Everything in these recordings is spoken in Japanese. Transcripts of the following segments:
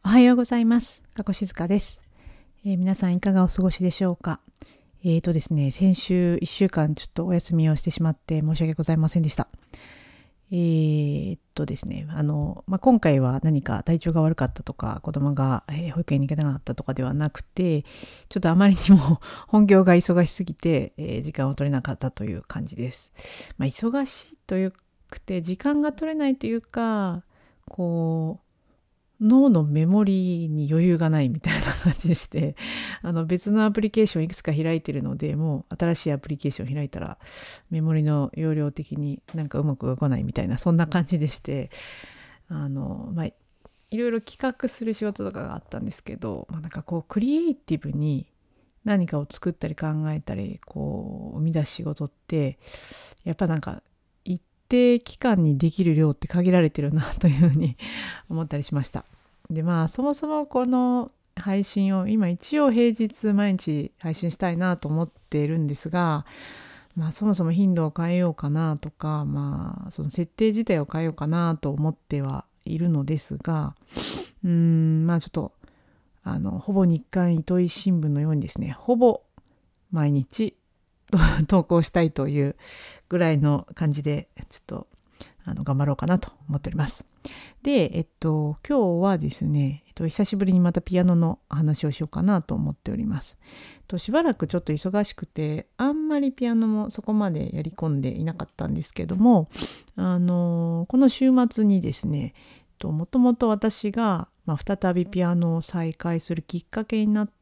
おはようございます。加古静香です。皆さんいかがお過ごしでしょうか。ですね、先週1週間ちょっとお休みをしてしまって申し訳ございませんでした。ですね、今回は何か体調が悪かったとか、子供が、保育園に行けなかったとかではなくて、ちょっとあまりにも本業が忙しすぎて、時間を取れなかったという感じです。忙しいというくて時間が取れないというか、脳のメモリに余裕がないみたいな感じでして、別のアプリケーションいくつか開いてるので、もう新しいアプリケーション開いたらメモリの容量的になんかうまく動かないみたいな、そんな感じでして、いろいろ企画する仕事とかがあったんですけど、クリエイティブに何かを作ったり考えたり生み出す仕事ってやっぱ一定期間にできる量って限られてるなというふうに思ったりしました。でそもそもこの配信を今一応平日毎日配信したいなと思っているんですが、そもそも頻度を変えようかなとか、その設定自体を変えようかなと思ってはいるのですが、ちょっとほぼ日刊糸井新聞のようにですね、ほぼ毎日投稿したいというぐらいの感じでちょっと頑張ろうかなと思っております。で、今日はですね、久しぶりにまたピアノの話をしようかなと思っております。しばらくちょっと忙しくて、あんまりピアノもそこまでやり込んでいなかったんですけども、この週末にですね、もともと私が、再びピアノを再開するきっかけになった、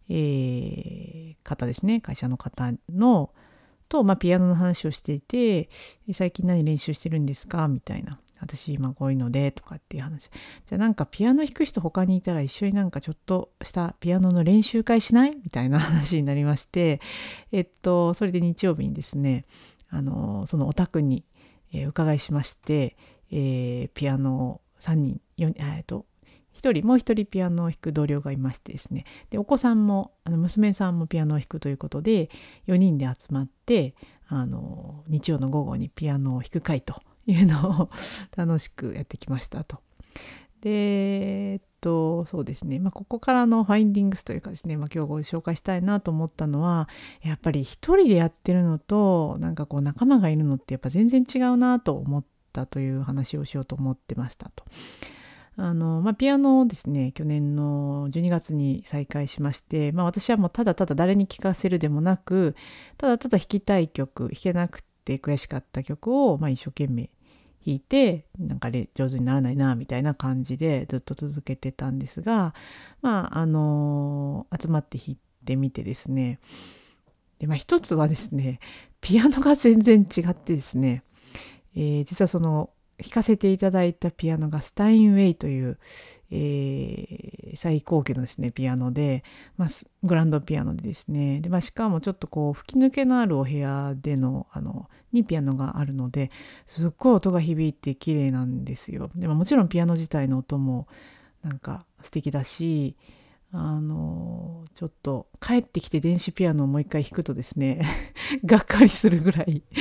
方ですね、会社の方のと、ピアノの話をしていて、最近何練習してるんですかみたいな。私今こういうのでとかっていう話。じゃあピアノ弾く人他にいたら一緒にちょっとしたピアノの練習会しないみたいな話になりまして、それで日曜日にですね、そのお宅に、伺いしまして、ピアノを3人、もう一人ピアノを弾く同僚がいましてですね、でお子さんも娘さんもピアノを弾くということで4人で集まって日曜の午後にピアノを弾く会というのを楽しくやってきましたと。でそうですね、ここからのファインディングスというかですね、今日ご紹介したいなと思ったのは、やっぱり一人でやってるのと仲間がいるのってやっぱ全然違うなと思ったという話をしようと思ってましたと。ピアノをですね、去年の12月に再開しまして、私はもうただただ誰に聴かせるでもなく、ただただ弾きたい曲、弾けなくて悔しかった曲を、一生懸命弾いて、上手にならないな、みたいな感じでずっと続けてたんですが、集まって弾いてみてですね、で、一つはですね、ピアノが全然違ってですね、実はその、弾かせていただいたピアノがスタインウェイという、最高級のですねピアノで、グランドピアノでですね、で、しかもちょっと吹き抜けのあるお部屋でのにピアノがあるので、すっごい音が響いて綺麗なんですよ。でもちろんピアノ自体の音も素敵だし、ちょっと帰ってきて電子ピアノをもう一回弾くとですねがっかりするぐらい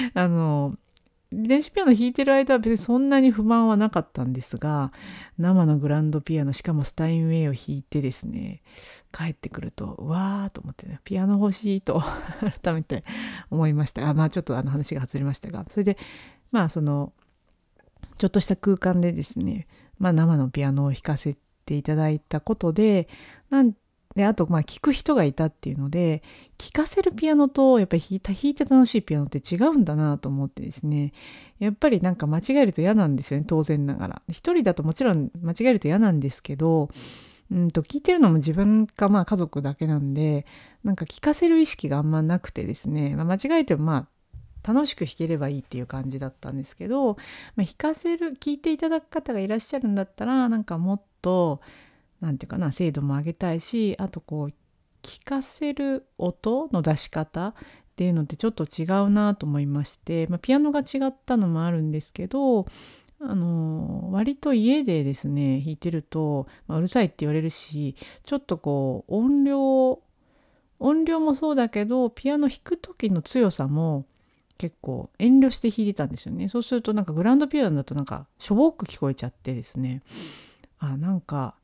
電子ピアノ弾いてる間は別にそんなに不満はなかったんですが、生のグランドピアノ、しかもスタインウェイを弾いてですね、帰ってくるとうわーと思ってね、ピアノ欲しいと改めて思いました。ちょっと話が外れましたが、それでそのちょっとした空間でですね、生のピアノを弾かせていただいたことで、あと聴く人がいたっていうので、聴かせるピアノとやっぱり弾いて楽しいピアノって違うんだなと思ってですね、やっぱり間違えると嫌なんですよね、当然ながら。一人だともちろん間違えると嫌なんですけど、聴いてるのも自分か家族だけなんで、聴かせる意識があんまなくてですね、間違えても楽しく弾ければいいっていう感じだったんですけど、聴いていただく方がいらっしゃるんだったら、もっと精度も上げたいし、あと聞かせる音の出し方っていうのってちょっと違うなと思いまして、ピアノが違ったのもあるんですけど、割と家でですね弾いてると、うるさいって言われるし、ちょっと音量もそうだけど、ピアノ弾く時の強さも結構遠慮して弾いてたんですよね。そうするとグランドピアノだとしょぼく聞こえちゃってですね、 なんか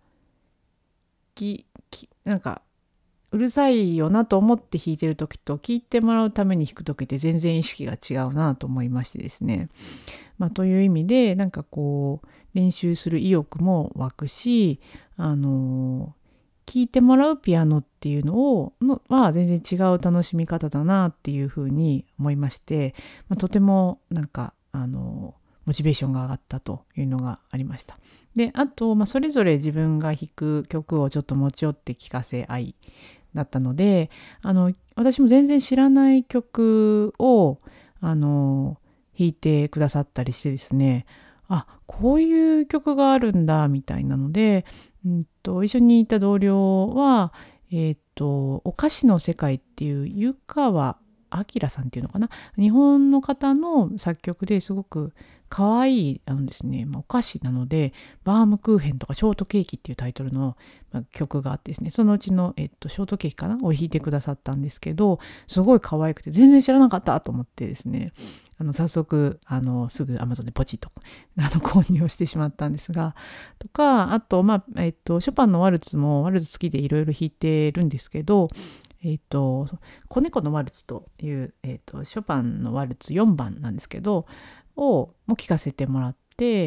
なんかうるさいよなと思って弾いてる時と聞いてもらうために弾く時って全然意識が違うなと思いましてですね。という意味でなんかこう練習する意欲も湧くし、聴いてもらうピアノっていうのは全然違う楽しみ方だなっていうふうに思いまして、とてもなんかモチベーションが上がったというのがありました。であと、それぞれ自分が弾く曲をちょっと持ち寄って聴かせ合いだったので、私も全然知らない曲を弾いてくださったりしてですね、こういう曲があるんだみたいなので、一緒にいた同僚は、お菓子の世界っていう湯川明さんっていうのかな、日本の方の作曲ですごく可愛いですね、お菓子なのでバームクーヘンとかショートケーキっていうタイトルの曲があってですね、そのうちの、ショートケーキかなを弾いてくださったんですけど、すごい可愛くて全然知らなかったと思ってですね、早速すぐ Amazon でポチッと購入をしてしまったんですが、とかあとショパンのワルツもワルツ好きでいろいろ弾いてるんですけど、子猫のワルツという、ショパンのワルツ4番なんですけども聴かせてもらって、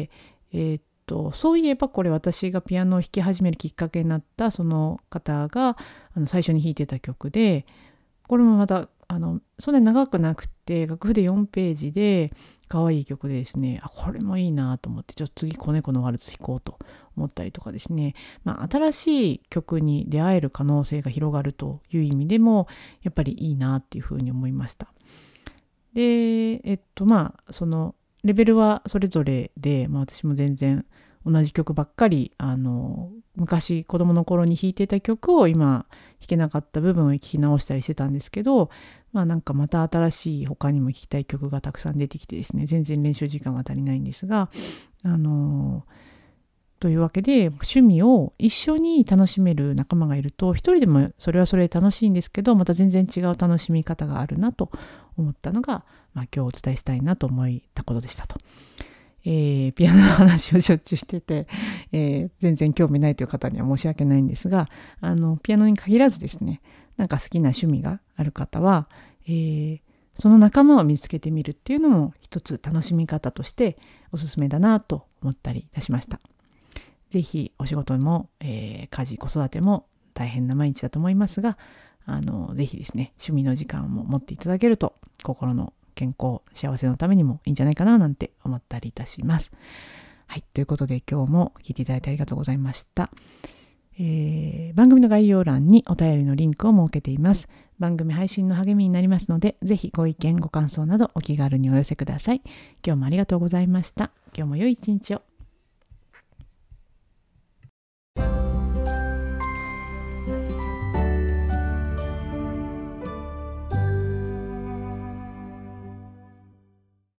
そういえばこれ私がピアノを弾き始めるきっかけになったその方が最初に弾いてた曲で、これもまたそんなに長くなくて楽譜で4ページで可愛い曲でですね、これもいいなと思って、ちょっと次子猫のワルツ弾こうと思ったりとかですね、新しい曲に出会える可能性が広がるという意味でもやっぱりいいなっていうふうに思いました。でそのレベルはそれぞれで、私も全然同じ曲ばっかり昔子供の頃に弾いてた曲を今弾けなかった部分を聴き直したりしてたんですけど、なんかまた新しい他にも聴きたい曲がたくさん出てきてですね、全然練習時間は足りないんですが、というわけで趣味を一緒に楽しめる仲間がいると、一人でもそれはそれで楽しいんですけど、また全然違う楽しみ方があるなと思ったのが、今日お伝えしたいなと思ったことでしたと。ピアノの話をしょっちゅうしてて、全然興味ないという方には申し訳ないんですが、ピアノに限らずですね、なんか好きな趣味がある方は、その仲間を見つけてみるっていうのも一つ楽しみ方としておすすめだなと思ったりいたしました。ぜひお仕事も、家事子育ても大変な毎日だと思いますが、ぜひですね、趣味の時間も持っていただけると心の健康幸せのためにもいいんじゃないかななんて思ったりいたします。はい、ということで今日も聞いていただいてありがとうございました。番組の概要欄にお便りのリンクを設けています。番組配信の励みになりますので、ぜひご意見ご感想などお気軽にお寄せください。今日もありがとうございました。今日も良い一日を。